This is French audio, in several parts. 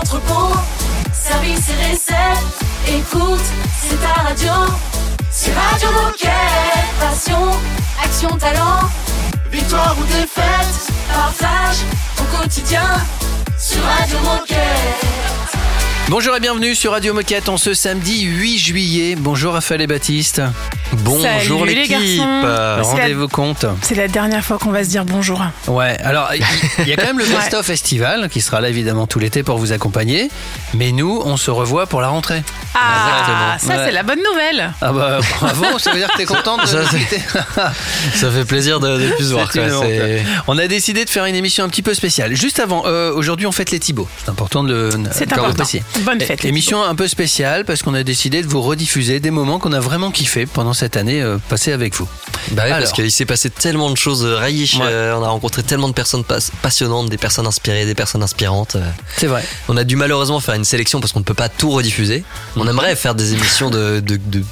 entrepôt, service et recettes. Écoute, c'est ta radio. C'est Radio Moquette. Passion, action, talent. Victoire ou défaite, partage au quotidien sur Radio Moquette. Bonjour et bienvenue sur Radio Moquette en ce samedi 8 juillet. Bonjour Raphaël et Baptiste. Bonjour l'équipe. Rendez-vous compte. C'est la dernière fois qu'on va se dire bonjour. Ouais, alors il y a quand même le Best-of Festival qui sera là évidemment tout l'été pour vous accompagner. Mais nous, on se revoit pour la rentrée. Ah, ça c'est la bonne nouvelle. Ah bah bravo, ça veut dire que t'es contente de Ça fait plaisir de plus voir. On a décidé de faire une émission un petit peu spéciale. Juste avant, aujourd'hui on fête les Thibauts. C'est important de le préciser. Bonne fête. Émission un peu spéciale parce qu'on a décidé de vous rediffuser des moments qu'on a vraiment kiffé pendant cette année passée avec vous. Bah oui, parce qu'il s'est passé tellement de choses riches, on a rencontré tellement de personnes passionnantes, des personnes inspirées, des personnes inspirantes. C'est vrai. On a dû malheureusement faire une sélection parce qu'on ne peut pas tout rediffuser. On aimerait faire des émissions de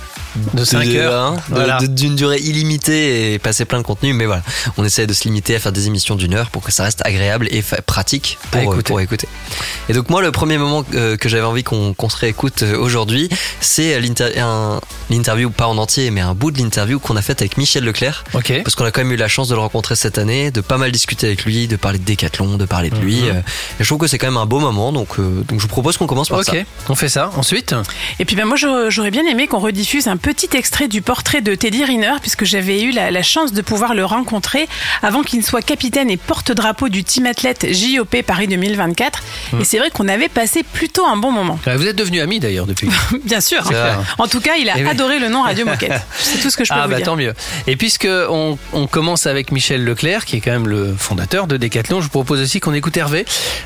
5 heures, d'une durée illimitée et passer plein de contenu, mais voilà, on essaie de se limiter à faire des émissions d'1 heure pour que ça reste agréable et pratique pour écouter. Et donc moi, le premier moment que j'avais envie qu'on se réécoute aujourd'hui, c'est l'interview, pas en entier, mais un bout de l'interview qu'on a faite avec Michel Leclerc, parce qu'on a quand même eu la chance de le rencontrer cette année, de pas mal discuter avec lui, de parler de Décathlon, de parler de lui, et je trouve que c'est quand même un beau moment, donc je vous propose qu'on commence par ça. Ok, on fait ça, ensuite. Et puis moi j'aurais bien aimé qu'on rediffuse un petit extrait du portrait de Teddy Riner, puisque j'avais eu la chance de pouvoir le rencontrer avant qu'il ne soit capitaine et porte-drapeau du team athlète JOP Paris 2024. Et c'est vrai qu'on avait passé plutôt un bon moment. Vous êtes devenus amis d'ailleurs depuis. Bien sûr. En tout cas, il a adoré le nom Radio Moquette. C'est tout ce que je peux vous dire. Tant mieux. Et puisque on commence avec Michel Leclerc, qui est quand même le fondateur de Décathlon, je vous propose aussi qu'on écoute Hervé,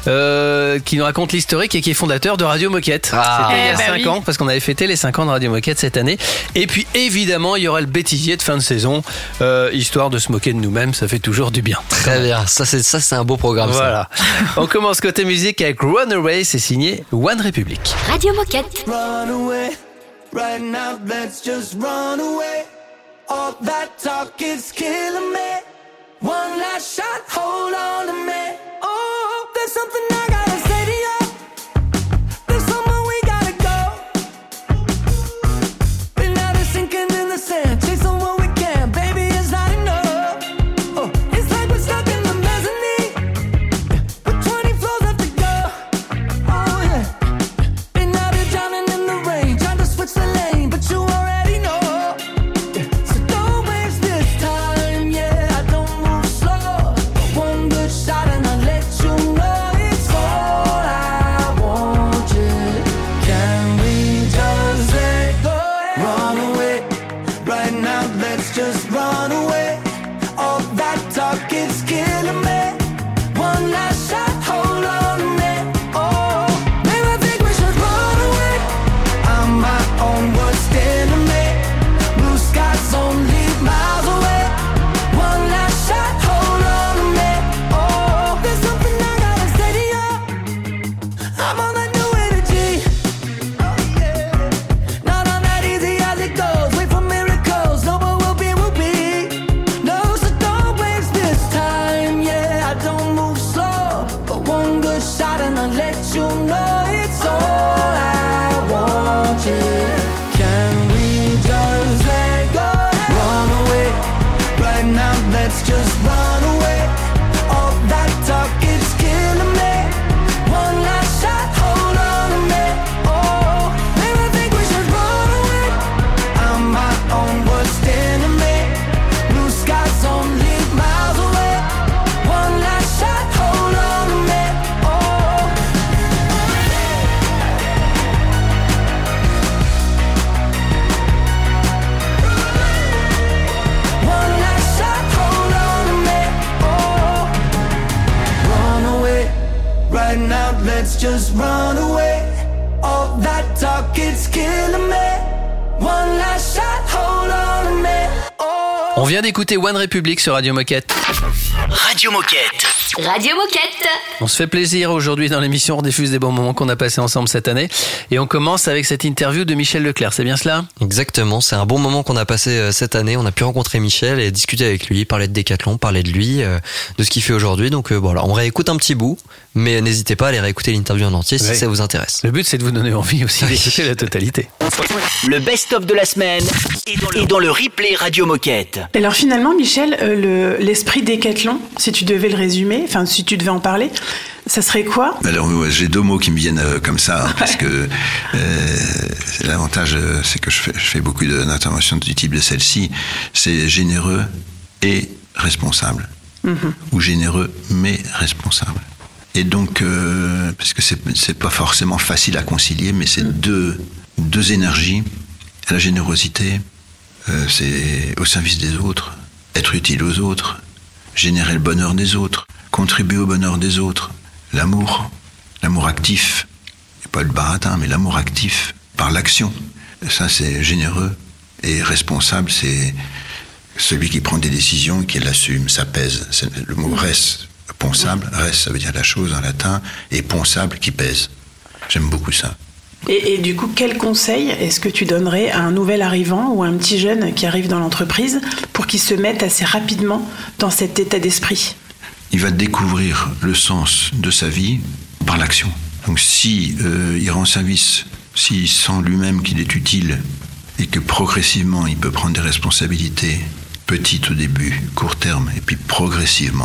qui nous raconte l'historique et qui est fondateur de Radio Moquette. C'était il y a 5 ans, parce qu'on avait fêté les 5 ans de Radio Moquette cette année. Et puis évidemment, il y aura le bêtisier de fin de saison, histoire de se moquer de nous-mêmes, ça fait toujours du bien. Très bien, ça c'est un beau programme. Voilà. On commence côté musique avec Runaway, c'est signé One Republic. Radio Moquette. Run away, right now let's just run away. All that talk is killing me. One last shot, hold on to me. Oh, there's something I gotta say to you. There's somewhere we gotta go. Been out of sinking in the sand, chasing what we can, baby, it's not enough. Oh, it's like we're stuck in the mezzanine, with 20 floors left to go. Oh yeah, been out here drowning in the rain, trying to switch the lane, but you already know. Yeah. So don't waste this time, yeah, I don't move slow. One good shot and I'll let you know it's all I want, yeah. Can we just let go? Run away, right now let's just run away. All that talk is killing me. One last shot, hold on to me. Oh, maybe I think we should run away. I'm my own worst enemy. Blue skies only miles away. One last shot, hold on to me. Oh, there's something I gotta say to you. I'm on that new energy. Oh yeah, not on that easy as it goes. Wait for miracles, know what will be, will be. No, so don't waste this time. Yeah, I don't move slow, but one good shot and I'll let you know it's all I want. Yeah, can we just let go? Run away, right now let's just run away. All that talk is killing me. One last shot, hold on to me. Oh, maybe I think we should run away. I'm my own worst enemy. Blue skies only miles away. One last shot, hold on to me. Oh, one last shot, hold on to me. Oh, run away, right now let's just run away. All that talk is killing me. One last shot, hold on to me. Oh. On vient d'écouter One Republic sur Radio Moquette. Radio Moquette. Radio Moquette. On se fait plaisir aujourd'hui dans l'émission, on diffuse des bons moments qu'on a passés ensemble cette année. Et on commence avec cette interview de Michel Leclerc, c'est bien cela ? Exactement, c'est un bon moment qu'on a passé cette année. On a pu rencontrer Michel et discuter avec lui, parler de Décathlon, parler de lui, de ce qu'il fait aujourd'hui. Donc voilà, on réécoute un petit bout Mais n'hésitez pas à aller réécouter l'interview en entier si ça vous intéresse. Le but, c'est de vous donner envie aussi d'écouter la totalité. Le best-of de la semaine est dans le replay Radio Moquette. Alors finalement, Michel, l'esprit Décathlon, si tu devais le résumer, enfin si tu devais en parler, ça serait quoi ? Alors j'ai 2 mots qui me viennent comme ça, parce que l'avantage, c'est que je fais beaucoup d'interventions du type de celle-ci. C'est généreux et responsable. Ou généreux mais responsable. Et donc, parce que c'est pas forcément facile à concilier, mais c'est deux énergies. La générosité, c'est au service des autres, être utile aux autres, générer le bonheur des autres, contribuer au bonheur des autres. L'amour actif, et pas le baratin, mais l'amour actif par l'action. Ça, c'est généreux. Et responsable, c'est celui qui prend des décisions et qui l'assume, ça pèse. C'est le mot responsable, res, ça veut dire la chose en latin, et ponsable, qui pèse. J'aime beaucoup ça. Et du coup, quel conseil est-ce que tu donnerais à un nouvel arrivant ou à un petit jeune qui arrive dans l'entreprise pour qu'il se mette assez rapidement dans cet état d'esprit ? Il va découvrir le sens de sa vie par l'action. Donc si il rend service, s'il sent lui-même qu'il est utile et que progressivement il peut prendre des responsabilités petites au début, court terme, et puis progressivement,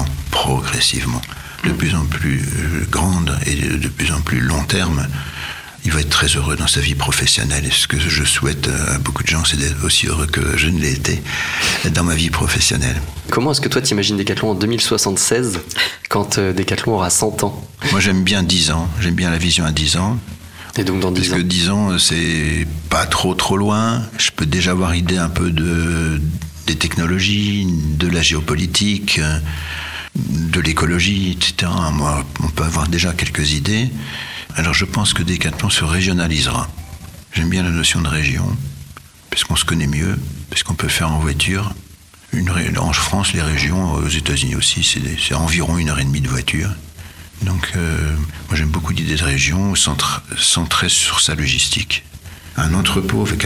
de plus en plus grandes et de plus en plus long terme, il va être très heureux dans sa vie professionnelle. Et ce que je souhaite à beaucoup de gens, c'est d'être aussi heureux que je ne l'ai été dans ma vie professionnelle. Comment est-ce que toi t'imagines Décathlon en 2076, quand Décathlon aura 100 ans ? Moi j'aime bien 10 ans, j'aime bien la vision à 10 ans. Et donc dans 10 ans ? Parce que 10 ans, c'est pas trop loin. Je peux déjà avoir idée un peu des technologies, de la géopolitique, de l'écologie, etc. Moi, on peut avoir déjà quelques idées. Alors je pense que Décathlon se régionalisera. J'aime bien la notion de région, parce qu'on se connaît mieux, parce qu'on peut faire en voiture. En France, les régions, aux États-Unis aussi, c'est environ 1h30 de voiture. Donc moi j'aime beaucoup l'idée de région centrée sur sa logistique. Un entrepôt avec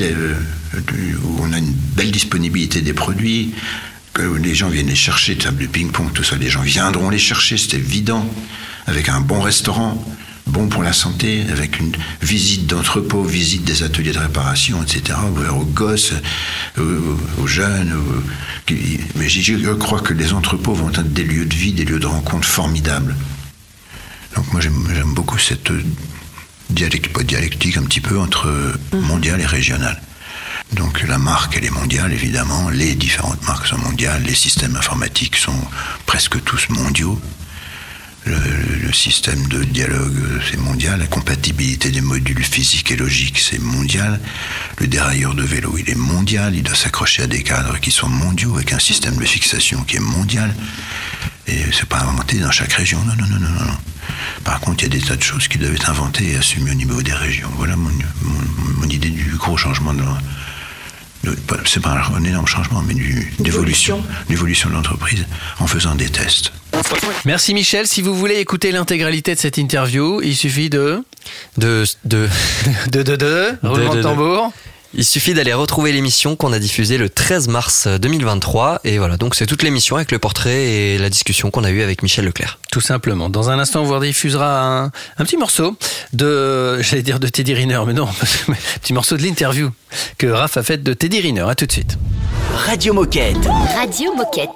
où on a une belle disponibilité des produits, que les gens viennent les chercher, table de ping-pong, tout ça, les gens viendront les chercher, c'est évident, avec un bon restaurant, bon pour la santé, avec une visite d'entrepôt, visite des ateliers de réparation, etc., ouvert aux gosses, aux jeunes. Mais je crois que les entrepôts vont être des lieux de vie, des lieux de rencontre formidables. Donc moi j'aime beaucoup cette dialectique un petit peu entre mondial et régional. Donc la marque, elle est mondiale, évidemment. Les différentes marques sont mondiales. Les systèmes informatiques sont presque tous mondiaux. Le système de dialogue, c'est mondial. La compatibilité des modules physiques et logiques, c'est mondial. Le dérailleur de vélo, il est mondial. Il doit s'accrocher à des cadres qui sont mondiaux, avec un système de fixation qui est mondial. Et c'est pas inventé dans chaque région. Non. Par contre, il y a des tas de choses qui doivent être inventées et assumées au niveau des régions. Voilà mon idée du gros changement c'est pas un énorme changement, mais d'évolution de l'entreprise en faisant des tests. Merci Michel. Si vous voulez écouter l'intégralité de cette interview, il suffit roulement de tambour. Il suffit d'aller retrouver l'émission qu'on a diffusée le 13 mars 2023. Et voilà, donc c'est toute l'émission avec le portrait et la discussion qu'on a eue avec Michel Leclerc. Tout simplement. Dans un instant, on vous rediffusera un petit morceau de Teddy Riner, mais non, un petit morceau de l'interview que Raph a faite de Teddy Riner. À tout de suite. Radio Moquette. Radio Moquette.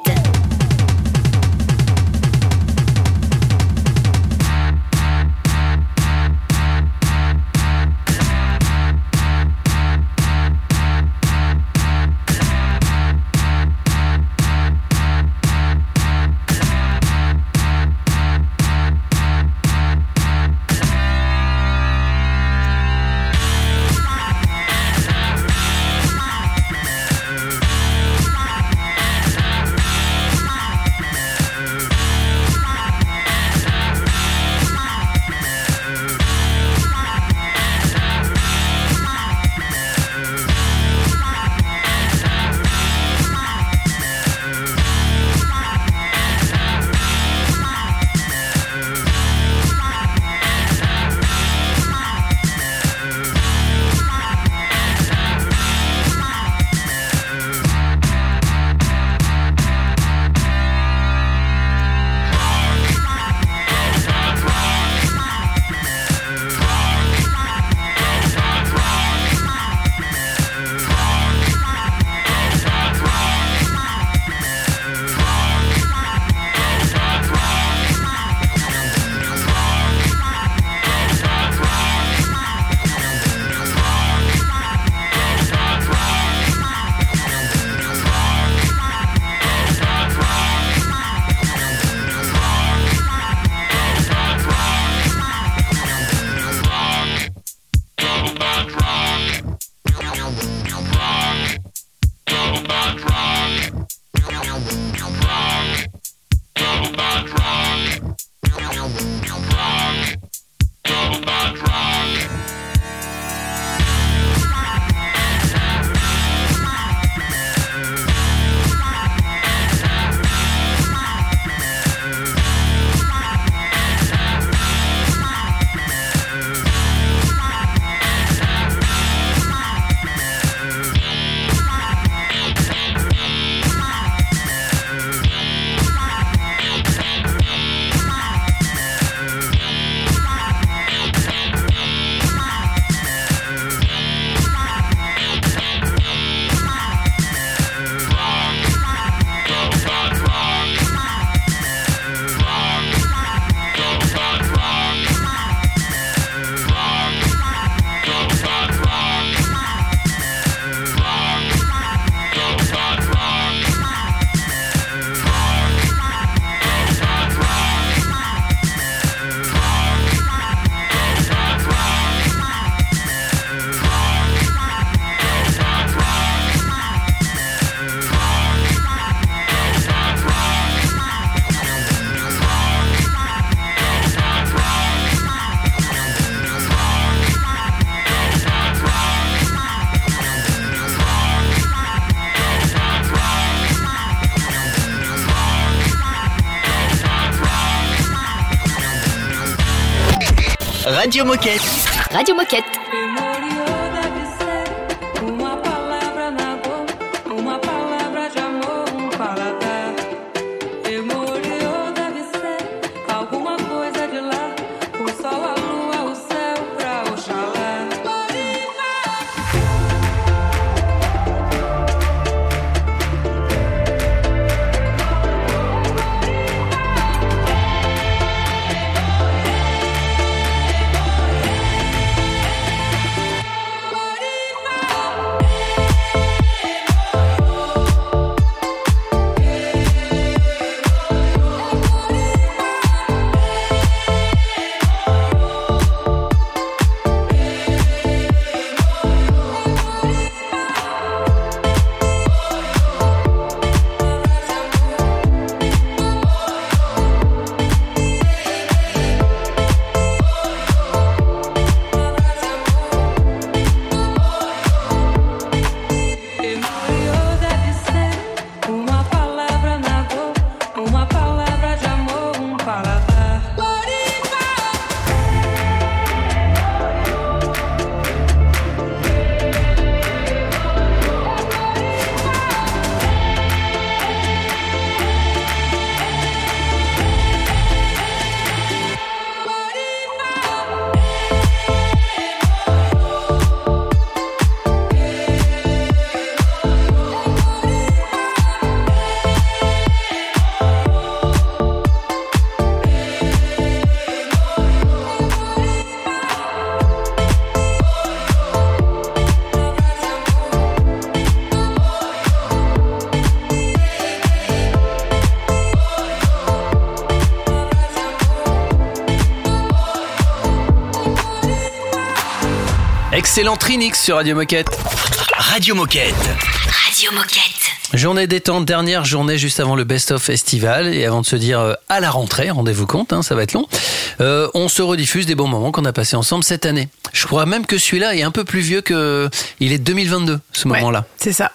Radio Moquette. Radio Moquette. Excellent Trinix sur Radio Moquette. Radio Moquette. Radio Moquette. Journée détente, dernière journée juste avant le best-of estival et avant de se dire à la rentrée, rendez-vous compte, ça va être long, on se rediffuse des bons moments qu'on a passés ensemble cette année. Je crois même que celui-là est un peu plus vieux que... Il est 2022, ce moment-là. C'est ça.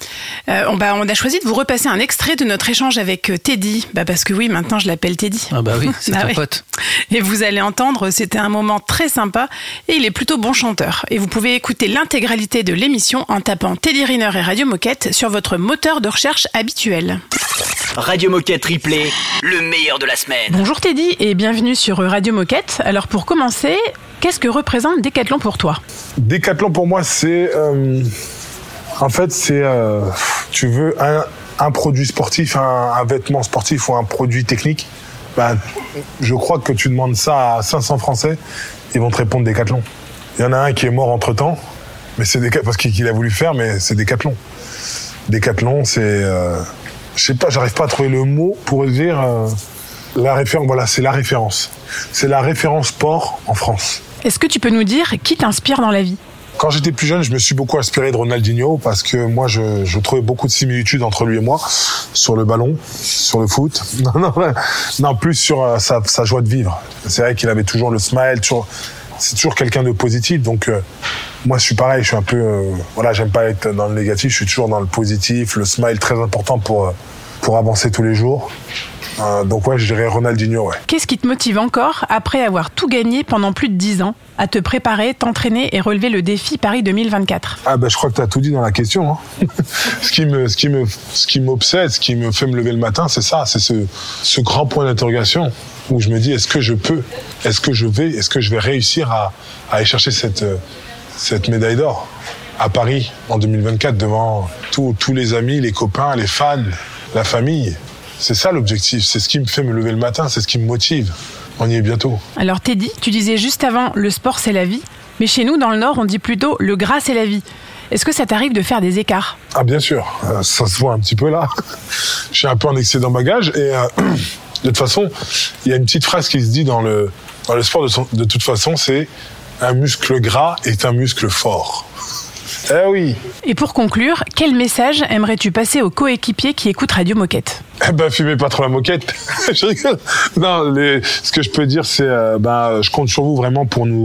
On a choisi de vous repasser un extrait de notre échange avec Teddy, parce que oui, maintenant je l'appelle Teddy. Ah bah oui, c'est ton pote. Et vous allez entendre, c'était un moment très sympa et il est plutôt bon chanteur. Et vous pouvez écouter l'intégralité de l'émission en tapant Teddy Riner et Radio Moquette sur votre moteur de recherche habituel. Radio Moquette Replay, le meilleur de la semaine. Bonjour Teddy et bienvenue sur Radio Moquette. Alors pour commencer, qu'est-ce que représente Decathlon pour toi ? Decathlon pour moi c'est... En fait c'est... tu veux un produit sportif, un vêtement sportif ou un produit technique, je crois que tu demandes ça à 500 Français, ils vont te répondre Decathlon. Il y en a un qui est mort entre-temps, mais c'est parce qu'il a voulu faire, mais c'est Decathlon. Decathlon, c'est... je sais pas, j'arrive pas à trouver le mot pour dire... la référence, voilà, c'est la référence. C'est la référence sport en France. Est-ce que tu peux nous dire qui t'inspire dans la vie ? Quand j'étais plus jeune, je me suis beaucoup inspiré de Ronaldinho parce que moi, je trouvais beaucoup de similitudes entre lui et moi sur le ballon, sur le foot. Non, plus sur sa joie de vivre. C'est vrai qu'il avait toujours le smile, c'est toujours quelqu'un de positif. Donc, moi, je suis pareil, je suis un peu... j'aime pas être dans le négatif, je suis toujours dans le positif, le smile très important pour avancer tous les jours. Donc je dirais Ronaldinho, ouais. Qu'est-ce qui te motive encore, après avoir tout gagné pendant plus de 10 ans, à te préparer, t'entraîner et relever le défi Paris 2024 ? Je crois que tu as tout dit dans la question. Ce qui m'obsède, ce qui me fait me lever le matin, c'est ça, c'est ce grand point d'interrogation où je me dis, est-ce que je peux ? Est-ce que je vais réussir à aller chercher cette médaille d'or à Paris en 2024 devant tous les amis, les copains, les fans, la famille ? C'est ça l'objectif, c'est ce qui me fait me lever le matin, c'est ce qui me motive. On y est bientôt. Alors Teddy, tu disais juste avant, le sport c'est la vie, mais chez nous dans le Nord on dit plutôt le gras c'est la vie. Est-ce que ça t'arrive de faire des écarts ? Ah bien sûr, ça se voit un petit peu là. Je suis un peu en excédent bagage et de toute façon, il y a une petite phrase qui se dit dans le sport de toute façon, c'est un muscle gras est un muscle fort. Eh oui. Et pour conclure, quel message aimerais-tu passer aux coéquipiers qui écoutent Radio Moquette ? Fumez pas trop la moquette. Je rigole. Non, ce que je peux dire, c'est, je compte sur vous vraiment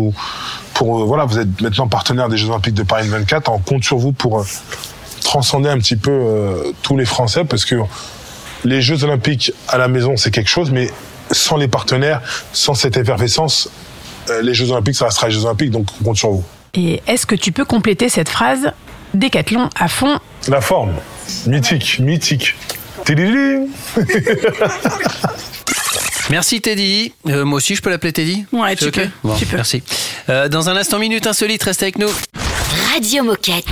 vous êtes maintenant partenaire des Jeux Olympiques de Paris 2024. On compte sur vous pour transcender un petit peu tous les Français, parce que les Jeux Olympiques à la maison, c'est quelque chose, mais sans les partenaires, sans cette effervescence, les Jeux Olympiques, ça restera les Jeux Olympiques, donc on compte sur vous. Et est-ce que tu peux compléter cette phrase Décathlon à fond? La forme, mythique. Tidididing. Merci Teddy. Moi aussi, je peux l'appeler Teddy? Ouais, tu peux. Bon, tu peux. Merci. Dans un instant, Minute Insolite, reste avec nous. Radio Moquette.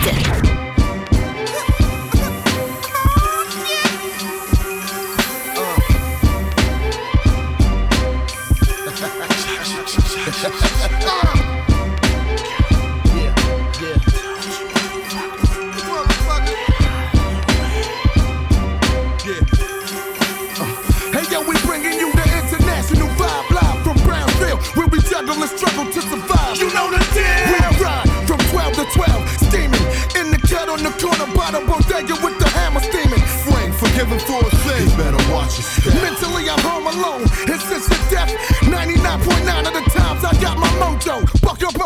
Struggle and struggle to survive. You know the deal. We ride from 12 to 12, steaming in the cut on the corner by the bodega with the hammer steaming. Frank, forgiven for a sin. You better watch your step. Mentally, I'm home alone. And since the death, 99.9 of the times I got my mojo. Buck up,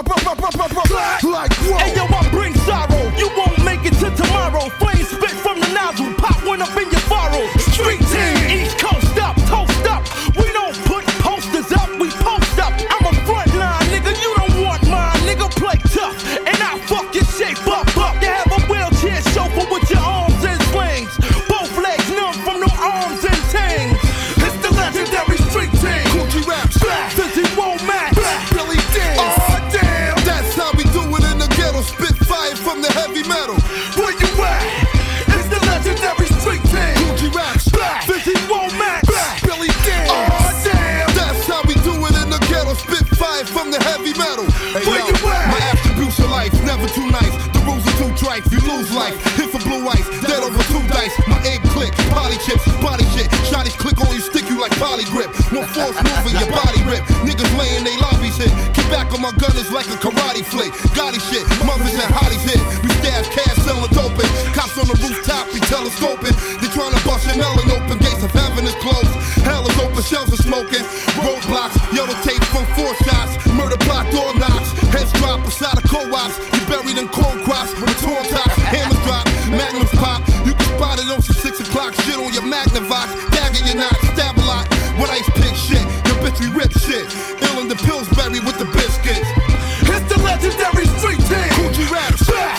like whoa. Hey yo, I bring sorrow. You won't make it to tomorrow. Flames spit from the nozzle. Pop one up in your furrow. Street team, East Coast up, toast up. We don't put posters up, we post up. I'm a frontline nigga, you don't want mine, nigga. Play tough, and I fuck your shape up. You have a wheelchair chauffeur with your arms in slings. Both legs numb from no arms and tings. It's the legendary street team. Coochie rap, slash, 51 Max, Billy Dance. Oh damn, that's how we do it in the ghetto. Spit fire from the heavy metal. Where you at? It's the legendary street team. Coochie rap, slash, 51 Max, Billy Dance. Oh damn, that's how we do it in the ghetto. Spit fire from the heavy metal. Hey, where you at? My attributes of life, never too nice. The rules are too trite, you lose life. Hit for blue ice, dead over 2 dice. My egg click, poly chips, body shit. Shotties click on you, stick you like poly grip. No force moving, your body rip. Niggas laying they lobbies hit. Get back on my gun is like a karate flick. Gotti shit, mothers and hotties hit. We stash cash, selling dope. Cops on the rooftop, we telescoping. They tryna bust your melon open, gates of heaven is closed. Hell is open, shells are smoking. Roadblocks, yellow tape from 4 shots. Murder block, door knocks. Heads drop beside of co-ops. You buried in cold crops with torn tops. Hammers drop, magnums pop. You can spot it on some 6 o'clock shit on your Magnavox. Dagger your knot, stab a lot. What ice pick shit, your bitch we rip shit. Ill in the Pillsbury with the biscuits. It's the legendary street team. Coochie rap,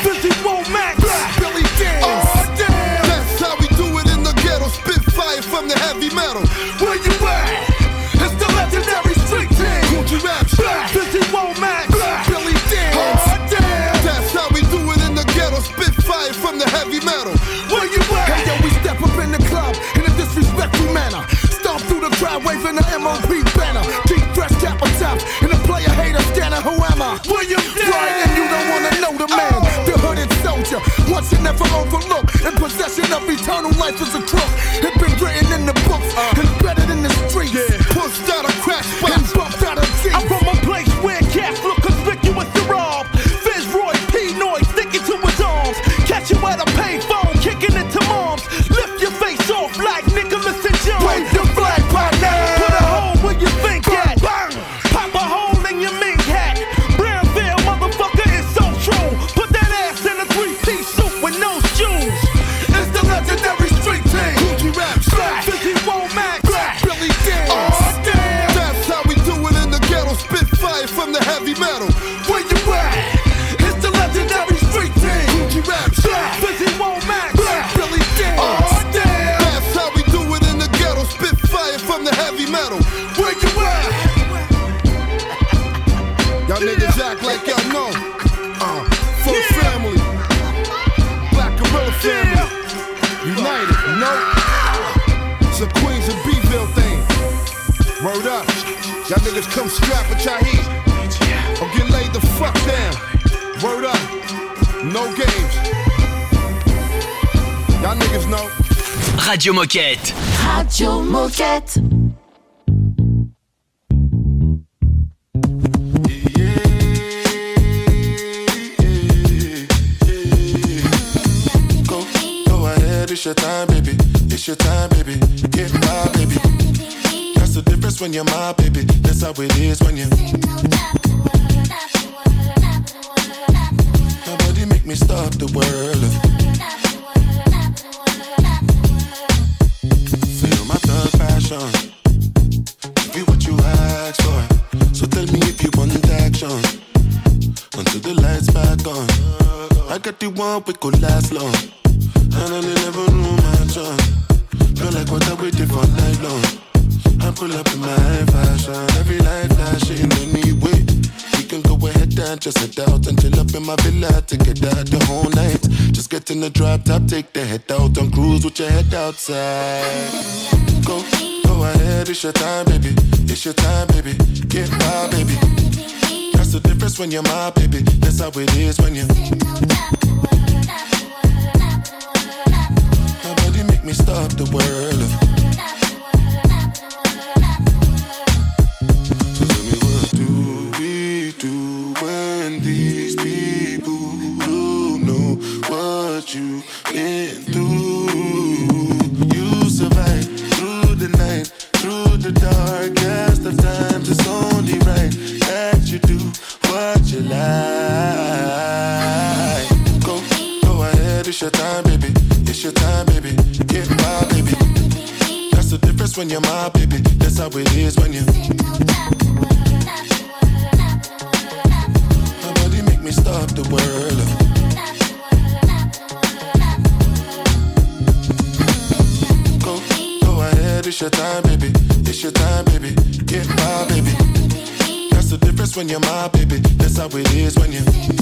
51 Max, Billy Dance. Oh damn, that's how we do it in the ghetto. Spit fire from the heavy metal. Where you at? It's the legendary street team. Coochie rap, 51 Max, Billy Dance. Oh damn, that's how we do it in the ghetto. Spit fire from the heavy metal. Where you at? Hey yo, we step up in the club in a disrespectful manner. Stomp through the crowd waving the MOP banner. Deep dress cap on top and the player hater scanner. Who am I? Where you at? Right, and you don't wanna know the man. The hooded soldier, once and never overlooked. In possession of eternal life as a crook. It's been written in the books, embedded in the streets. Pushed out a crack spot and bumped out of jeans. I'm from a place where cats look conspicuous to rob. Fitzroy P. Noise sticking to his arms. Catch you at a payphone, kicking into moms. Lift your face off like Nicholas and John. Wave your flag, partner. Put a hole where you think at. Bang. Pop a hole in your mink hat. Brownville, motherfucker, is so true. Put that ass in a 3-piece suit with no shoes. It's the legendary street team. Coochie rap, slash, 51 Max, Billy Dance. Oh damn, that's how we do it in the ghetto. Spit fire from the heavy metal. Where you at? It's the legendary street team. Coochie rap, slash, 51 Max, Billy Dance. Oh damn, that's how we do it in the ghetto. Spit fire from the heavy metal. Where you at? Y'all niggas act like y'all know. Full family, Black Gorilla family, united, you know? It's a Queens and Beville thing. Word up, y'all niggas come strap with y'all heat, or get laid the fuck down. Word up, no games. Y'all niggas know. Radio Moquette. Radio Moquette. It's your time, baby. It's your time, baby. Get my baby. That's the difference when you're my baby. That's how it is when you. Nobody make me stop the world. Feel my thug passion. Give you what you ask for. So tell me if you want. want, we could last long. And I never knew my chance. Feel like what I waited for night long. I pull up in my fashion, every light flashing anyway. We can go ahead and just head out and chill up in my villa to get out the whole night. Just get in the drop top, take the head out and cruise with your head outside. Go ahead, it's your time, baby. It's your time, baby. Get by, baby. That's the difference when you're my baby. That's how it is when you. Nobody make me stop the world. So tell me, what do we do when these people don't know what you've been through? You survive through the night, through the darkest of times. It's only right that you do what you like. Go ahead, it's your time, baby. It's your time, baby. Get by, baby. That's the difference when you're my baby. That's how it is when you. Nobody make me stop the world. Go ahead, it's your time, baby. It's your time, baby. Get by, baby. That's the difference when you're my baby. That's how it is when you.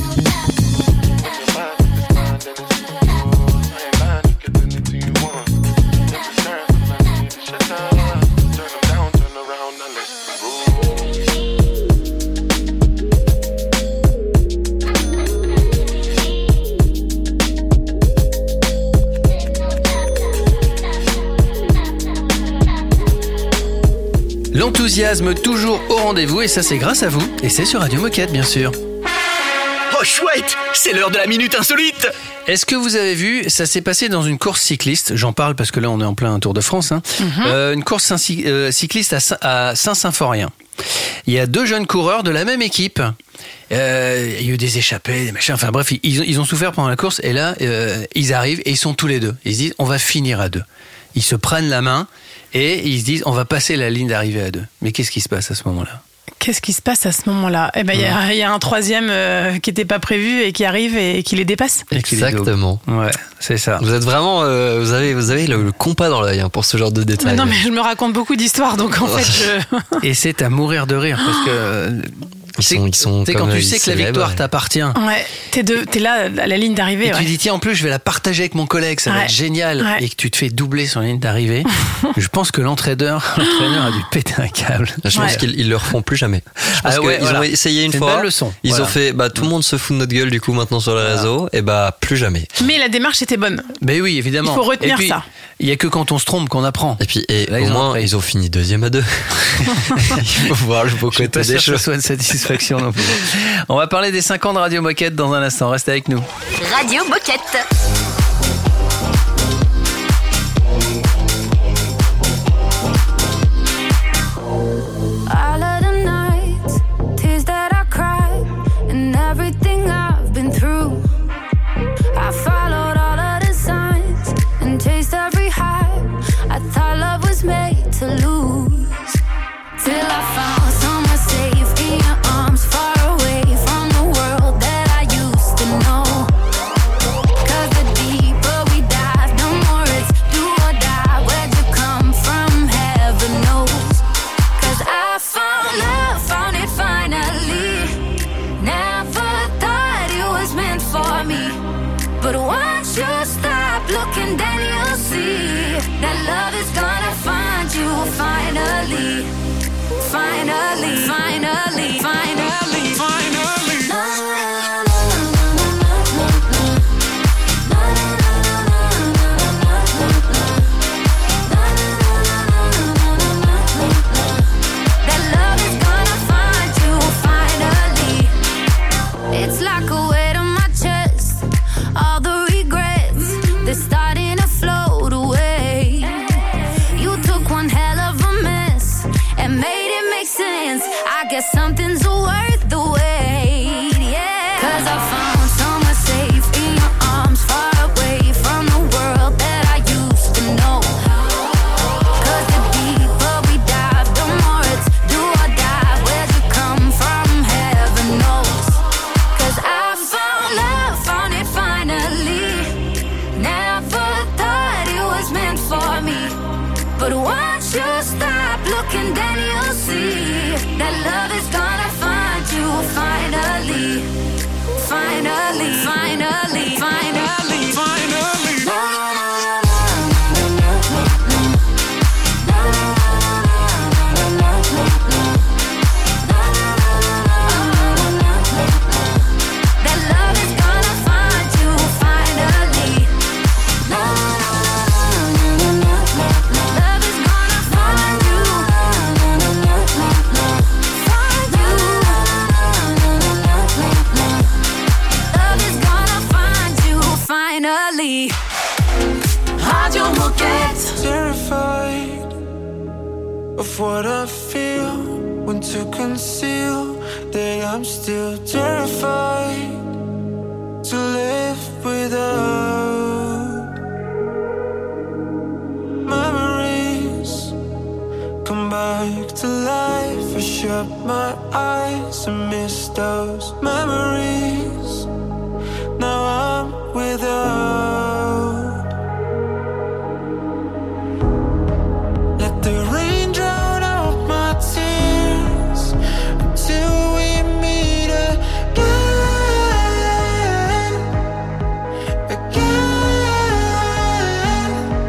L'enthousiasme toujours au rendez-vous et ça c'est grâce à vous et c'est sur Radio Moquette bien sûr. Oh chouette, c'est l'heure de la minute insolite. Est-ce que vous avez vu, ça s'est passé dans une course cycliste, j'en parle parce que là on est en plein Tour de France, hein. Une course cycliste à Saint-Symphorien. Il y a 2 jeunes coureurs de la même équipe. Il y a eu des échappées, des machins, enfin bref, ils ont souffert pendant la course et là ils arrivent et ils sont tous les deux. Ils se disent on va finir à 2. Ils se prennent la main et ils se disent on va passer la ligne d'arrivée à 2. Mais qu'est-ce qui se passe à ce moment-là ? Qu'est-ce qui se passe à ce moment-là ? Eh ben, il y a un troisième qui n'était pas prévu et qui arrive et qui les dépasse. Exactement. Ouais, c'est ça. Vous êtes vraiment, vous avez le compas dans l'œil pour ce genre de détails. Mais non, mais je me raconte beaucoup d'histoires, donc en fait, Et c'est à mourir de rire parce que. Ils sont quand tu sais que la victoire t'appartient. Ouais, t'es là à la ligne d'arrivée. Et tu dis tiens, en plus je vais la partager avec mon collègue, ça va être génial. Et que tu te fais doubler sur la ligne d'arrivée. Je pense que l'entraîneur a dû péter un câble. Je pense qu'ils le refont plus jamais. Je pense qu'ils ont essayé une fois. Une belle leçon. Ils ont fait tout le monde se fout de notre gueule du coup maintenant sur les réseaux et plus jamais. Mais la démarche était bonne. Mais oui, évidemment. Il faut retenir ça. Il y a que quand on se trompe qu'on apprend. Et puis là, au moins ils ont fini 2e à 2. Il faut voir le beau côté des choses. Je suis pas sûr que ce soit une satisfaction non plus. On va parler des 5 ans de Radio Moquette dans un instant. Restez avec nous. Radio Moquette. All of the nights, tears that I cried, and everything I've been through. I followed all of the signs and chased every high. I thought love was made to lose. Till I found someone safe in your arms, far away from the world that I used to know. 'Cause the deeper we dive, the more it's do or die. Where'd you come from? Heaven knows. 'Cause I found love, found it finally. Never thought it was meant for me. But once you stop looking, then you'll see that love is gonna find you finally. Finally, finally, finally, finally. That love is gonna find you finally. It's like a weight on my chest. All the regrets, they're starting to float away. You took one hell of a mess and made it make sense. I guess something's worth the wait, yeah. 'Cause I found someone safe in your arms, far away from the world that I used to know. 'Cause the deeper we dive, the more it's do or die. Where'd you come from? Heaven knows. 'Cause I found love, found it finally. That love is gonna find you finally, finally, finally, finally, finally. That love is gonna find you finally. Love is gonna find you. Finally, Radio Moquette. Terrified of what I feel, when to conceal that I'm still terrified to live without. Memories come back to life. I shut my eyes and miss those memories. Now I'm without. Let the rain drown out my tears until we meet again, again.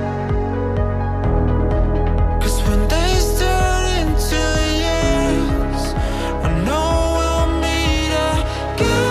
'Cause when days turn into years, I know we'll meet again.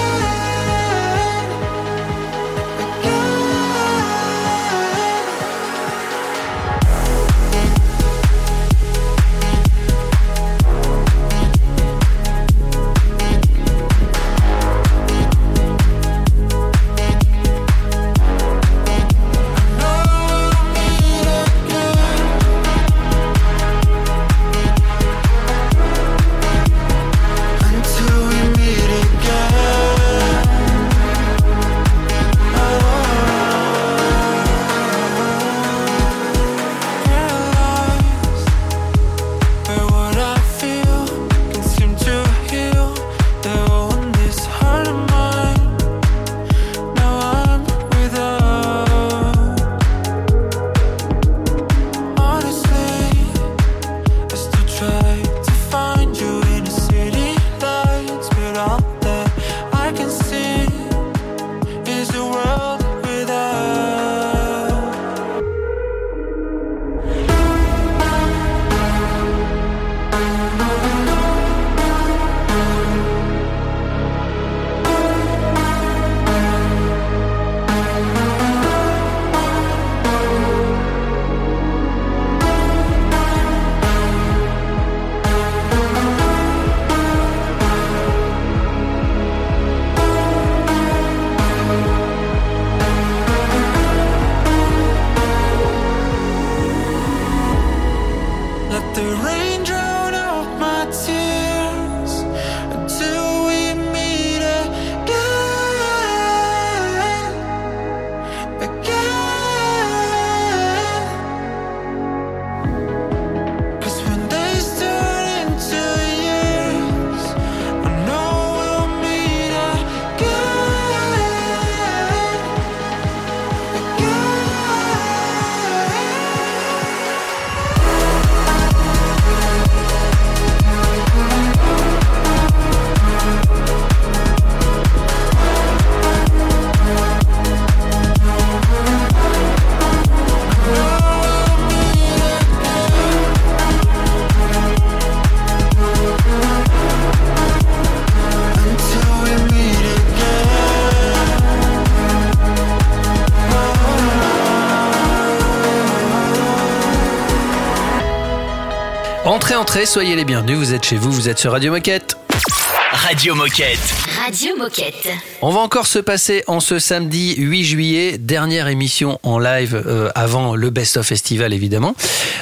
Entrez, soyez les bienvenus, vous êtes chez vous, vous êtes sur Radio Moquette. Radio Moquette. Radio Moquette. On va encore se passer en ce samedi 8 juillet, dernière émission en live avant le Best of Festival évidemment.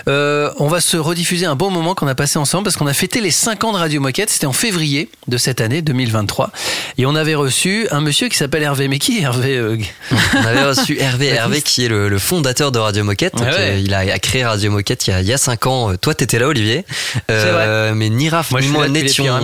On va se rediffuser un bon moment qu'on a passé ensemble parce qu'on a fêté les 5 ans de Radio Moquette, c'était en février de cette année 2023 et on avait reçu un monsieur qui s'appelle Hervé. Mais qui est Hervé On avait reçu Hervé qui est le fondateur de Radio Moquette. Ah ouais. Il a créé Radio Moquette il y a 5 ans. Toi t'étais là Olivier. C'est vrai. Mais ni Raph ni moi n'étions là.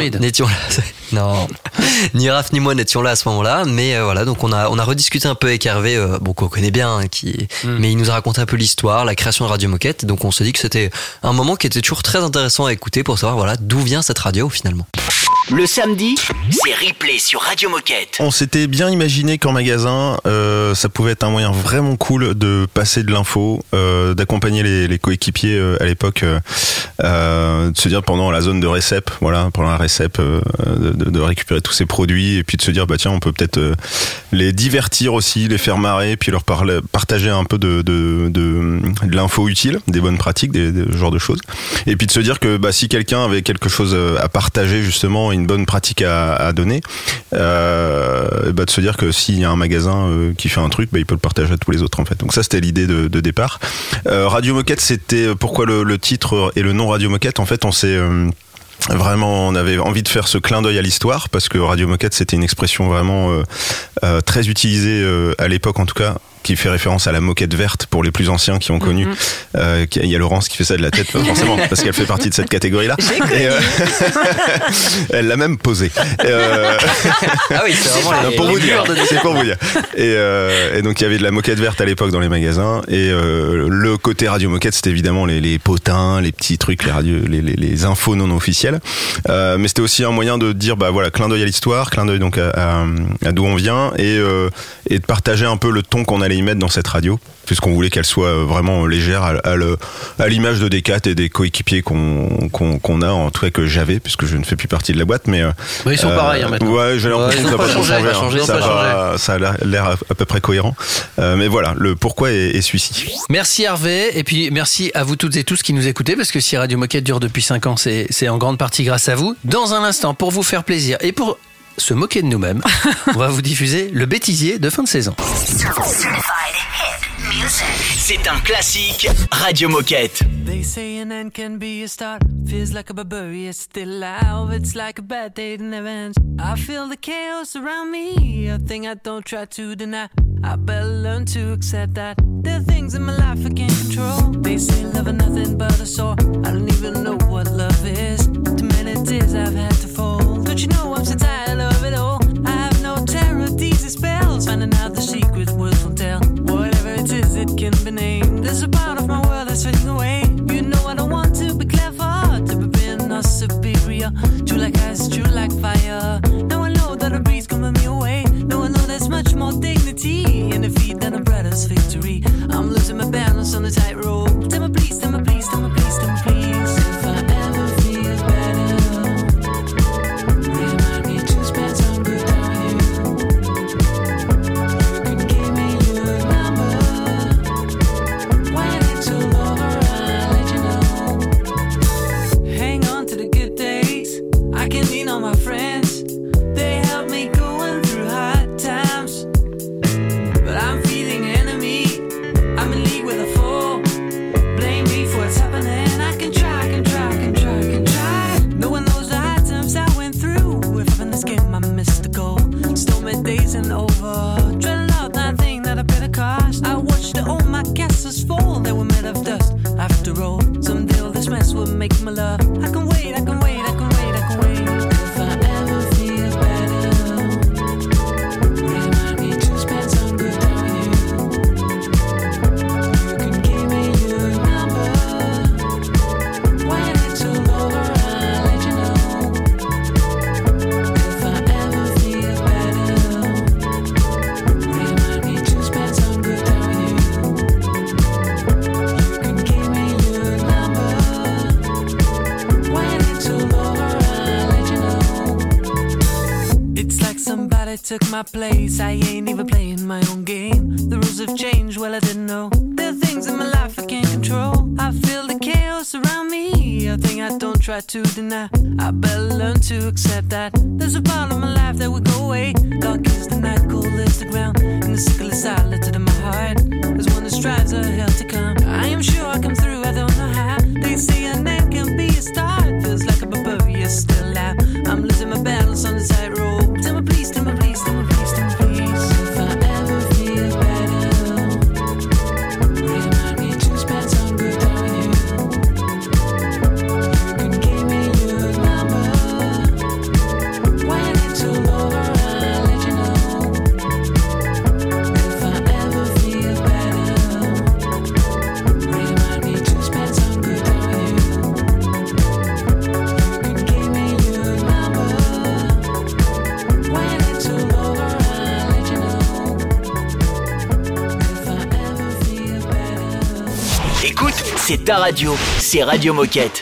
Non, ni Raph ni moi n'étions là à ce moment-là, mais voilà, donc on a rediscuté un peu avec Hervé, qu'on connaît bien, mais il nous a raconté un peu l'histoire, la création de Radio Moquette, donc on s'est dit dit que c'était un moment qui était toujours très intéressant à écouter pour savoir voilà d'où vient cette radio finalement. Le samedi, c'est replay sur Radio Moquette. On s'était bien imaginé qu'en magasin, ça pouvait être un moyen vraiment cool de passer de l'info, d'accompagner les coéquipiers à l'époque, de se dire pendant la zone de récep, voilà, pendant la récep, de récupérer tous ces produits et puis de se dire bah tiens on peut peut-être les divertir aussi, les faire marrer, puis leur partager un peu de l'info utile, des bonnes pratiques, des genres de choses, et puis de se dire que bah si quelqu'un avait quelque chose à partager justement, une bonne pratique à donner, bah de se dire que s'il y a un magasin qui fait un truc, bah il peut le partager à tous les autres en fait. Donc ça c'était l'idée de départ. Radio Moquette, c'était pourquoi le titre et le nom Radio Moquette. En fait on s'est vraiment, on avait envie de faire ce clin d'œil à l'histoire parce que Radio Moquette c'était une expression vraiment très utilisée à l'époque en tout cas, qui fait référence à la moquette verte pour les plus anciens qui ont connu. Il y a Laurence qui fait ça de la tête forcément parce qu'elle fait partie de cette catégorie-là. Elle l'a même posée. Ah oui, c'est vraiment pour vous dire. C'est pour vous dire. Et donc il y avait de la moquette verte à l'époque dans les magasins et le côté Radio Moquette c'était évidemment les potins, les petits trucs, les radios, les infos non officielles. Mais c'était aussi un moyen de dire bah voilà, clin d'œil à l'histoire, clin d'œil donc à d'où on vient et de partager un peu le ton qu'on allait y mettre dans cette radio, puisqu'on voulait qu'elle soit vraiment légère à l'image de Decat et des coéquipiers qu'on a, en tout cas que j'avais, puisque je ne fais plus partie de la boîte, mais ils sont pareils maintenant. Ouais, j'ai l'impression que ça n'a pas changé. Ça a l'air à peu près cohérent. Mais voilà, le pourquoi est celui-ci. Merci Hervé, et puis merci à vous toutes et tous qui nous écoutez, parce que si Radio Moquette dure depuis 5 ans, c'est en grande partie grâce à vous. Dans un instant, pour vous faire plaisir et pour se moquer de nous-mêmes, on va vous diffuser le bêtisier de fin de saison. C'est un classique Radio Moquette. They say an end can be a start. Feels like a barbarian still alive. It's like a bad day that never ends. I feel the chaos around me, a thing I don't try to deny. I better learn to accept that there are things in my life I can't control. They say love is nothing but a sore. I don't even know what love is. Too many tears I've had to fold. Don't you know I'm so tired of it all? I have no terror, these are spells. Finding out the secret words won't tell. Whatever it is, it can be named. There's a part of my world that's fading away. You know I don't want to be clever, to be being or superior. True like ice, true like fire. Now I know that a breeze coming me away. Now I know there's much more dignity in defeat than a brother's victory. I'm losing my balance on the tightrope. Tell me please, tell me please, tell me please, tell me please. If I ever feel better, remind me to spend some good time with you. You can give me your number. When it's all over, I'll let you know. Hang on to the good days. I can lean on my friends. They help me going through hard times. But I'm feeling enemy. I'm in league with a fool. Blame me for what's happening. I can try. No one knows the hard times I went through. If I'm in this game, I missed the goal. Stormy days and over. Dreading out that thing that I paid a cost. I watched all my castles fall. They were made of dust. After all, someday all this mess will make my love. I can wait. If I ever feel better, remind me to spend some good time with you. You can give me your number. When it's all over, I'll let you know. If I ever feel better, remind me to spend some good time with you. You can give me your number. When it's all over, I'll let you know. It's like somebody took my place. I ain't even playing my own game. The rules have changed, well I didn't know. There are things in my life I can't control. I feel the chaos around me, a thing I don't try to deny. I better learn to accept that there's a part of my life that will go away. Dark is the night, cold is the ground, and the sickle is silent in my heart. There's one that strives a hell to come. I am sure I come through, I don't know how. They say an end can be a start. Feels like a barbarian still alive. I'm losing my balance on the tightrope. Tell me please, tell me please, tell me please, tell me please. If I ever feel better, remind me to spend some good time with you. You can give me your number. When it's all over, I'll let you know. If I ever feel better, remind me to spend some c'est ta radio, c'est Radio Moquette.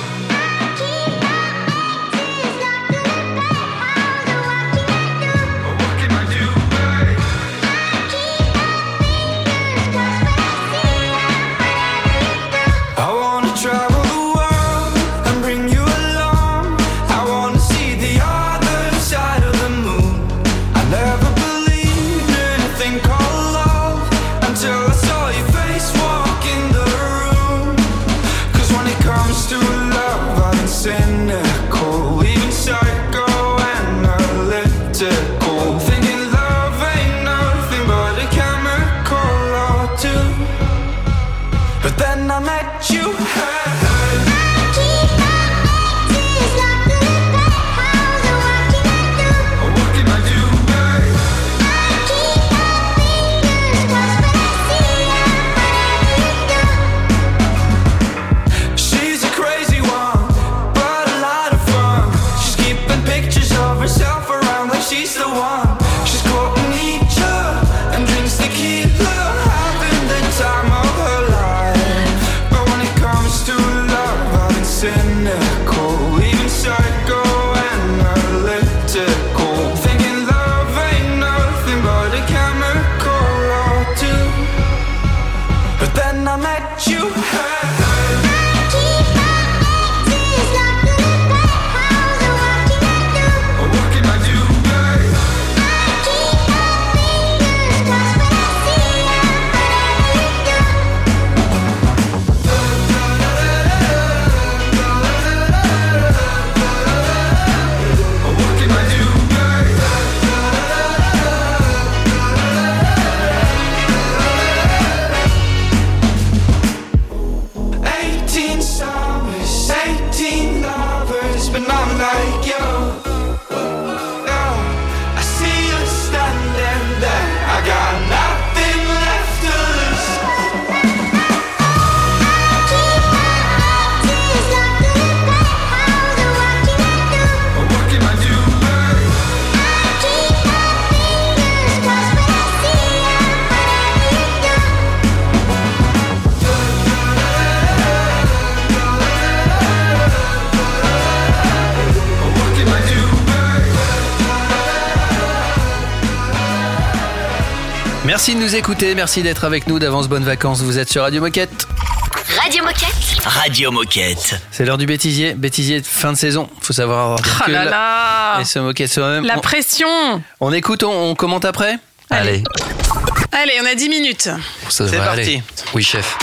Merci de nous écouter, merci d'être avec nous. D'avance, bonnes vacances. Vous êtes sur Radio Moquette. Radio Moquette. Radio Moquette. C'est l'heure du bêtisier. Bêtisier de fin de saison. Faut savoir oh là là. Et se moquer de soi-même. La pression. On écoute, on commente après. Allez, on a 10 minutes. C'est parti. Aller. Oui, chef.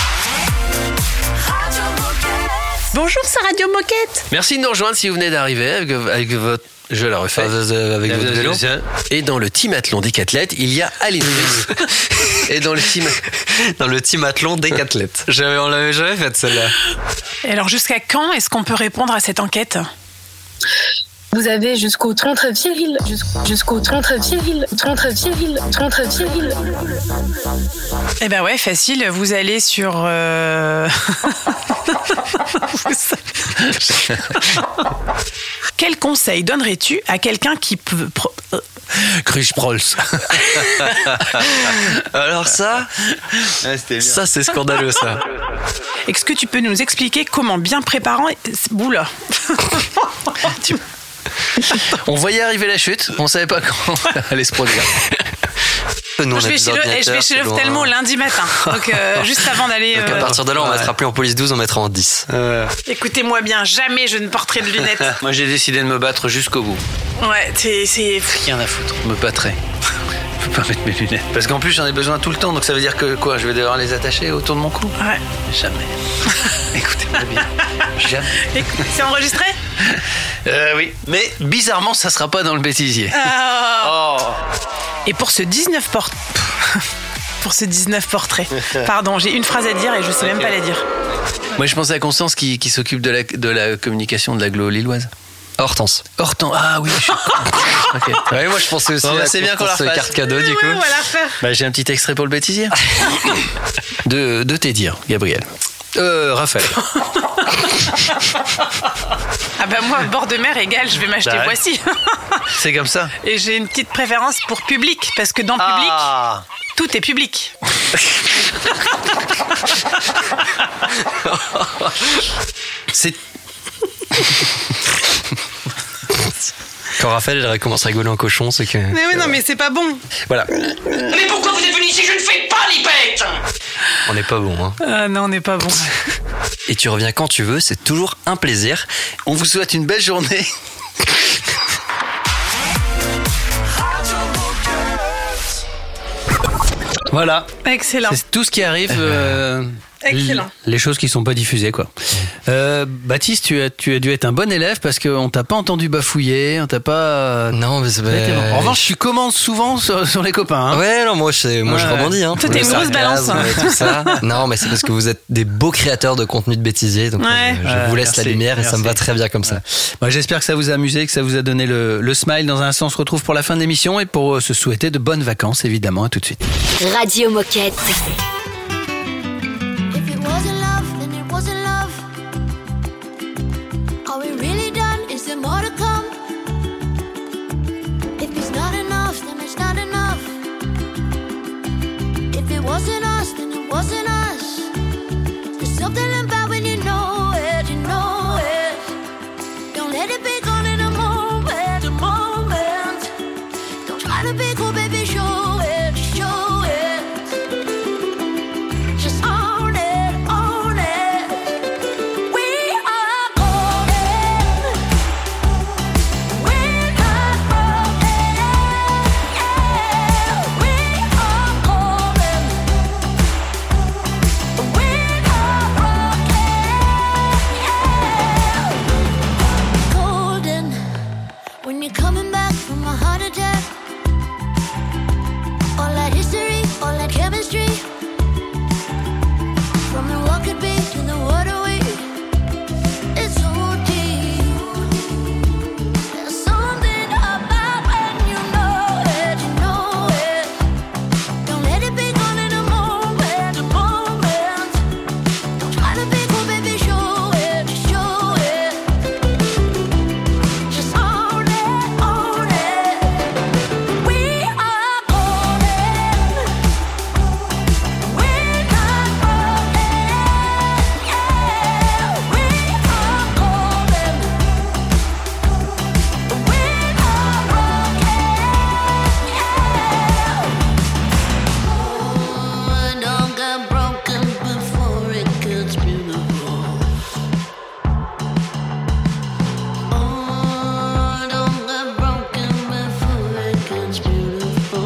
Bonjour, c'est Radio Moquette. Merci de nous rejoindre si vous venez d'arriver avec votre... Je la refais. Avec votre vélo. Et dans le team athlon Décathlète, il y a Aline Brice. Et dans le team athlon Décathlète. On l'avait jamais faite celle-là. Et alors jusqu'à quand est-ce qu'on peut répondre à cette enquête ? Vous avez jusqu'au 30 avril. Jusqu'au 30 avril. 30 avril. 30 avril. Eh ben ouais, facile. Vous allez sur... Quel conseil donnerais-tu à quelqu'un qui peut... Chris Prols. Alors ça c'est scandaleux ça. Est-ce que tu peux nous expliquer comment bien préparer... Oula. On voyait arriver la chute, on savait pas comment ça allait se produire. Nous, je vais chez l'ophtalmo lundi matin. Donc juste avant d'aller... Donc à partir de là, on mettra plus en police 12, on mettra en 10. Écoutez-moi bien, jamais je ne porterai de lunettes. Moi j'ai décidé de me battre jusqu'au bout. Ouais, c'est... Rien à foutre, je me battrai. Je peux pas mettre mes lunettes. Parce qu'en plus j'en ai besoin tout le temps, donc ça veut dire que quoi, je vais devoir les attacher autour de mon cou ? Ouais. Jamais. Écoutez-moi bien. Jamais. C'est enregistré ? Oui. Mais bizarrement, ça sera pas dans le bêtisier. Oh. Et pour ce 19 portrait. Pardon, j'ai une phrase à dire et je sais même pas la dire. Moi, je pensais à Constance qui s'occupe de la communication de l'agglo lilloise. Hortense. Ah oui. Okay. Ouais, moi je pensais aussi c'est bien qu'on la refasse. Carte cadeau du coup. On va la faire. J'ai un petit extrait pour le bêtisier. de tes dires, Gabriel. Raphaël. Ah bah moi, bord de mer égale, je vais m'acheter Voici. C'est comme ça. Et j'ai une petite préférence pour public, parce que dans public, tout est public. C'est... Quand Raphaël commence à rigoler en cochon, c'est que... Mais oui, non, mais c'est pas bon. Voilà. Mais pourquoi vous êtes venu ici? Je ne fais pas l'hypette. On n'est pas bon, hein. Non, on n'est pas bon. Et tu reviens quand tu veux, c'est toujours un plaisir. On vous souhaite une belle journée. Voilà. Excellent. C'est tout ce qui arrive. Excellent. Les choses qui sont pas diffusées, quoi. Baptiste, tu as dû être un bon élève parce qu'on t'a pas entendu bafouiller, on t'a pas. Non, mais c'est bon. En revanche, tu commandes souvent sur les copains. Hein. Ouais, non, moi je rebondis. Hein. Toi, t'es une grosse balance. Tout ça. Non, mais c'est parce que vous êtes des beaux créateurs de contenu de bêtisier, donc je vous laisse la lumière et ça me va très bien comme ça. Moi, j'espère que ça vous a amusé, que ça vous a donné le smile. Dans un instant, on se retrouve pour la fin de l'émission et pour se souhaiter de bonnes vacances, évidemment. À tout de suite. Radio Moquette. Wasn't us, then it wasn't us. There's something about when you know it, you know it. Don't let it be gone in a moment, a moment. Don't try to be cool, baby, show it, show it. Just own it, own it. We are golden. We're not broken. Yeah, we are golden. When you're coming back from a heart attack, all that history, all that chemistry, from the what could be to the what are we, it's so deep. There's something about when you know it, you know it. Don't let it be gone in a moment, a moment. Don't try to be cool, baby, show it, show it. Just own it, own it. We are golden. We're not broken. Yeah, we are golden. We're not broken. Yeah. Don't get broken before it gets beautiful. Oh, don't get broken before it gets beautiful.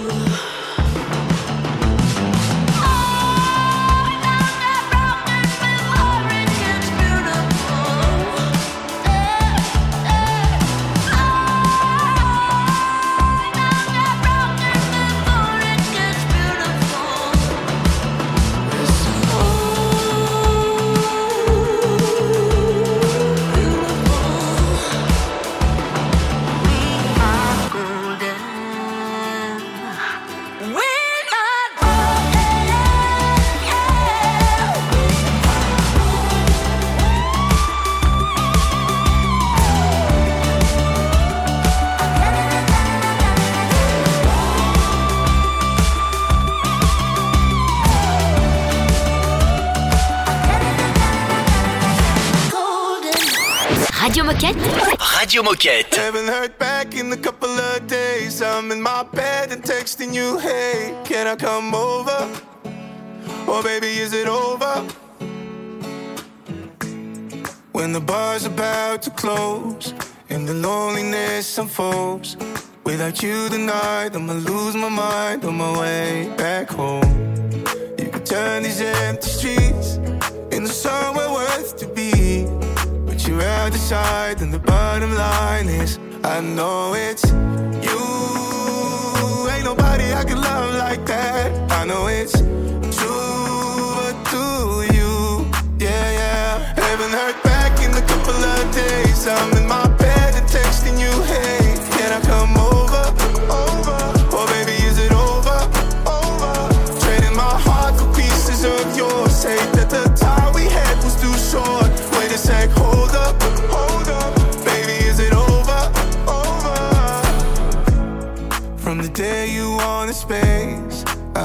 Radio Moquette. Radio Moquette. Haven't heard back in a couple of days. I'm in my bed and texting you, hey, can I come over? Or baby, is it over? When the bar's about to close and the loneliness unfolds, without you tonight, I'ma lose my mind on my way back home. You could turn these empty streets into somewhere worth to be. You're out the side and the bottom line is I know it's you. Ain't nobody I can love like that. I know it's true, but do you? Yeah, yeah. Haven't heard back in a couple of days. I'm in my bed and texting you, hey, can I come over? Or baby, is it over? Trading my heart for pieces of yours. Say that the time we had was too short.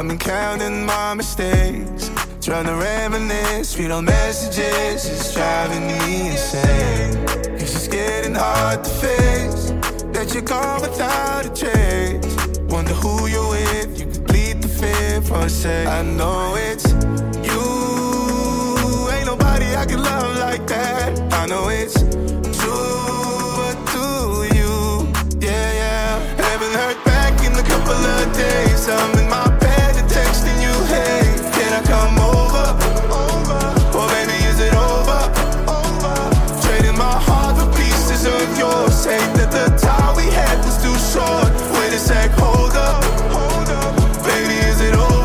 I've been counting my mistakes, trying to reminisce, read on messages, it's driving me insane. Cause it's getting hard to face that you're gone without a trace. Wonder who you're with, you could bleed the fear for a sec. I know it's you, ain't nobody I can love like that. I know it's true, but do you? Yeah, yeah. Haven't heard back in a couple of days. I'm in my bed and texting you, hey, can I come over? Or maybe is it over? Trading my heart for pieces of yours. Say that the time we had was too short. Wait a sec, hold up. Baby, is it over?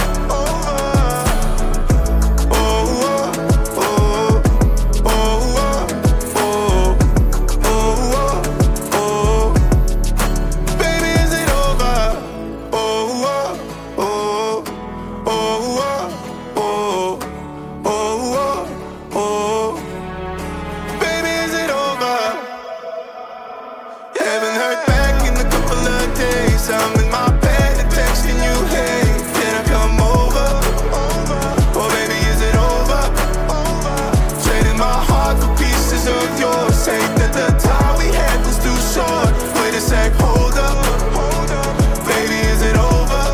I'm in my bed and texting you, hey, can I come over? Or maybe is it over? Trading my heart for pieces of yours. Say that the time we had was too short. Wait a sec, hold up. Baby, is it over?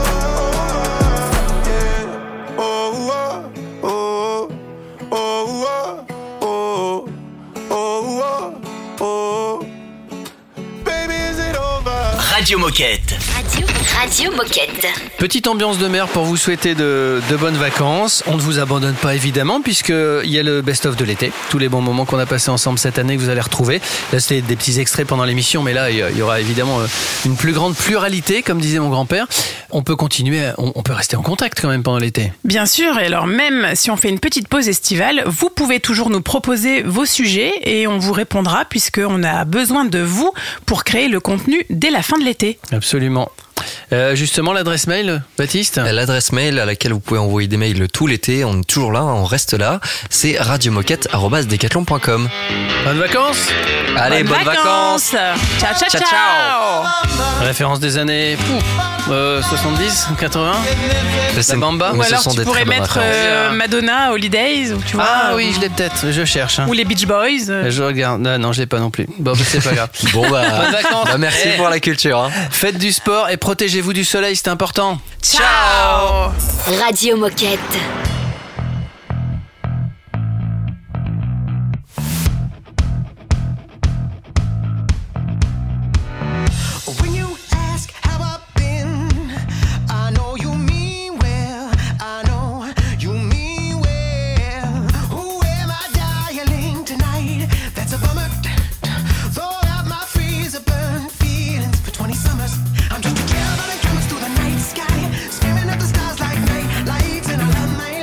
Yeah. Oh, oh, oh, oh, oh, oh, oh, oh. Baby, is it over? Radio Moquette. Radio Moquette. Petite ambiance de mer pour vous souhaiter de bonnes vacances. On ne vous abandonne pas évidemment puisqu'il y a le best-of de l'été. Tous les bons moments qu'on a passés ensemble cette année que vous allez retrouver. Là c'était des petits extraits pendant l'émission, mais là il y aura évidemment une plus grande pluralité, comme disait mon grand-père. On peut continuer, on peut rester en contact quand même pendant l'été. Bien sûr, et alors même si on fait une petite pause estivale, vous pouvez toujours nous proposer vos sujets et on vous répondra puisqu'on a besoin de vous pour créer le contenu dès la fin de l'été. Absolument. Justement, l'adresse mail, Baptiste ? L'adresse mail à laquelle vous pouvez envoyer des mails tout l'été, on est toujours là, on reste là, c'est radiomoquette@decathlon.com. Bonnes vacances ! Allez, bonnes vacances. Ciao, ciao, ciao. Référence des années 70, 80 La Bamba. Ou alors tu pourrais mettre Madonna, Holidays, ou tu vois. Ah oui, je l'ai peut-être, je cherche. Hein. Ou les Beach Boys. Je regarde, non, je l'ai pas non plus. Bon, c'est pas grave. Bon bonnes vacances. Merci pour la culture. Hein. Faites du sport et protégez-vous du soleil, c'est important. Ciao. Radio Moquette. I'm just a girl, but I'm coming through the night sky, screaming at the stars like night lights, and I love my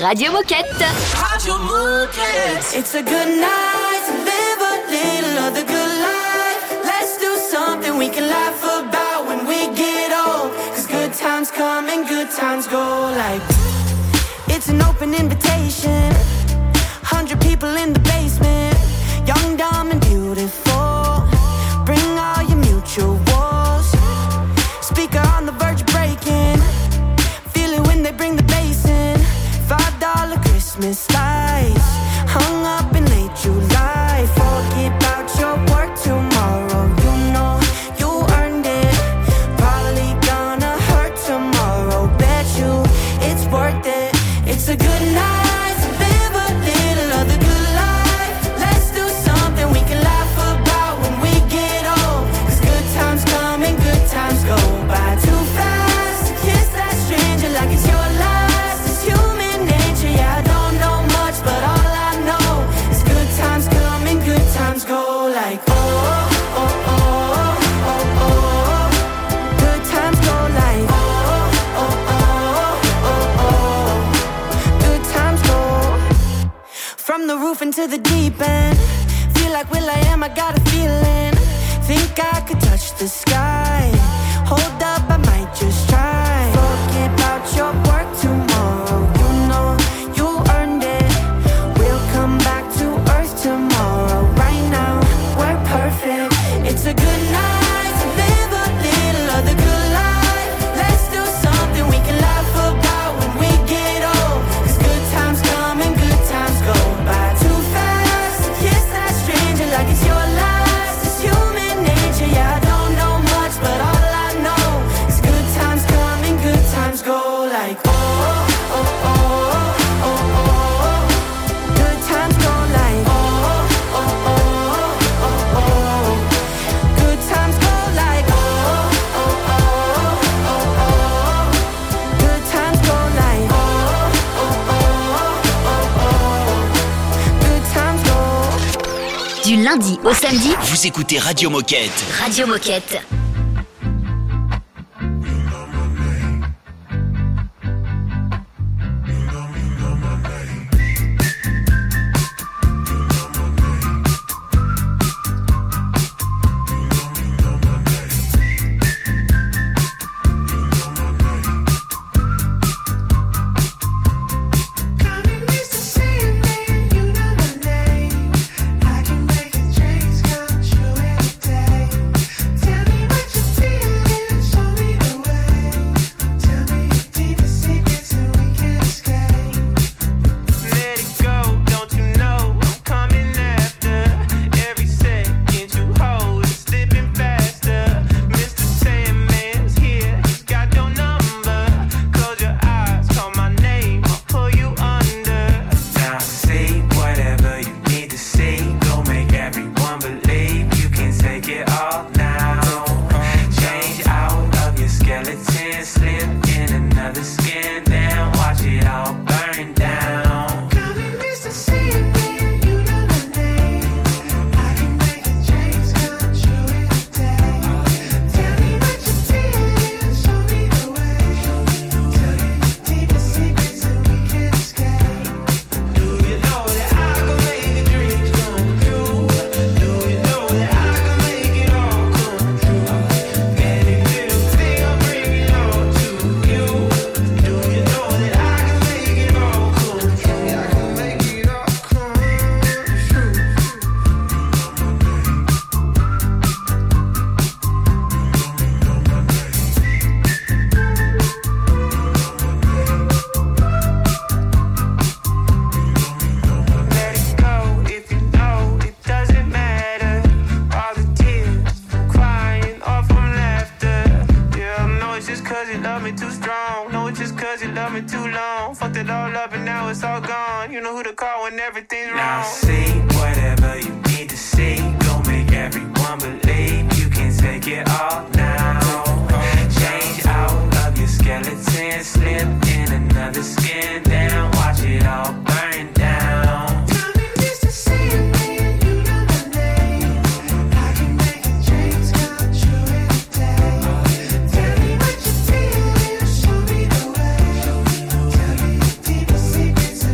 Radio Moquette. Radio Moquette. It's a good night to live a little of the good life. Let's do something we can laugh about when we get old. 'Cause good times come and good times go. Like, it's an open invitation. 100 people in the basement. Young, dumb and beautiful. Bring all your mutuals. Speaker on the verge of breaking. Feel it when they bring the bass in. $5 Christmas lights hung up in late July. Forget about your work tomorrow. You know you earned it. Probably gonna hurt tomorrow. Bet you it's worth it. It's a good night to live a little of the good life. Let's do something we can laugh about when we get old. 'Cause good times come and good times go by too fast. Kiss that stranger like it's your last. It's human nature, yeah, I don't know much, but all I know is good times come and good times go. Like, oh, oh, oh, oh, oh, oh. Good times go like, oh, oh, oh, oh, oh. Good times go. From the roof into the deep end. Feel like will.i.am, I got a feeling. Think I could touch the sky. Hold up, I might just try. Forget about your work tomorrow. You know you earned it. We'll come back to earth tomorrow. Right now, we're perfect. It's a good night to live a little of the good life. Let's do something we can laugh about when we get old. 'Cause good times come and good times go by too fast. Kiss that stranger like it's your last. It's human nature, yeah, I don't know much, but all I know is good times come and good times go. Like, oh, oh, oh, oh, oh, oh. Good times go like, oh, oh, oh, oh, oh. Good times go like, oh, oh, oh, oh, oh. Good times go like, oh, oh, oh, oh, oh. Good times go. Du lundi au samedi, Vous écoutez Radio Moquette. Radio Moquette. Secrets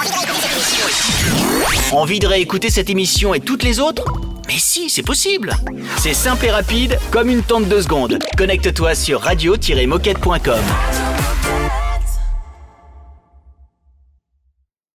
Envie de réécouter cette émission et toutes les autres ? Mais si, c'est possible. C'est simple et rapide, comme une tente de secondes. Connecte-toi sur radio-moquette.com.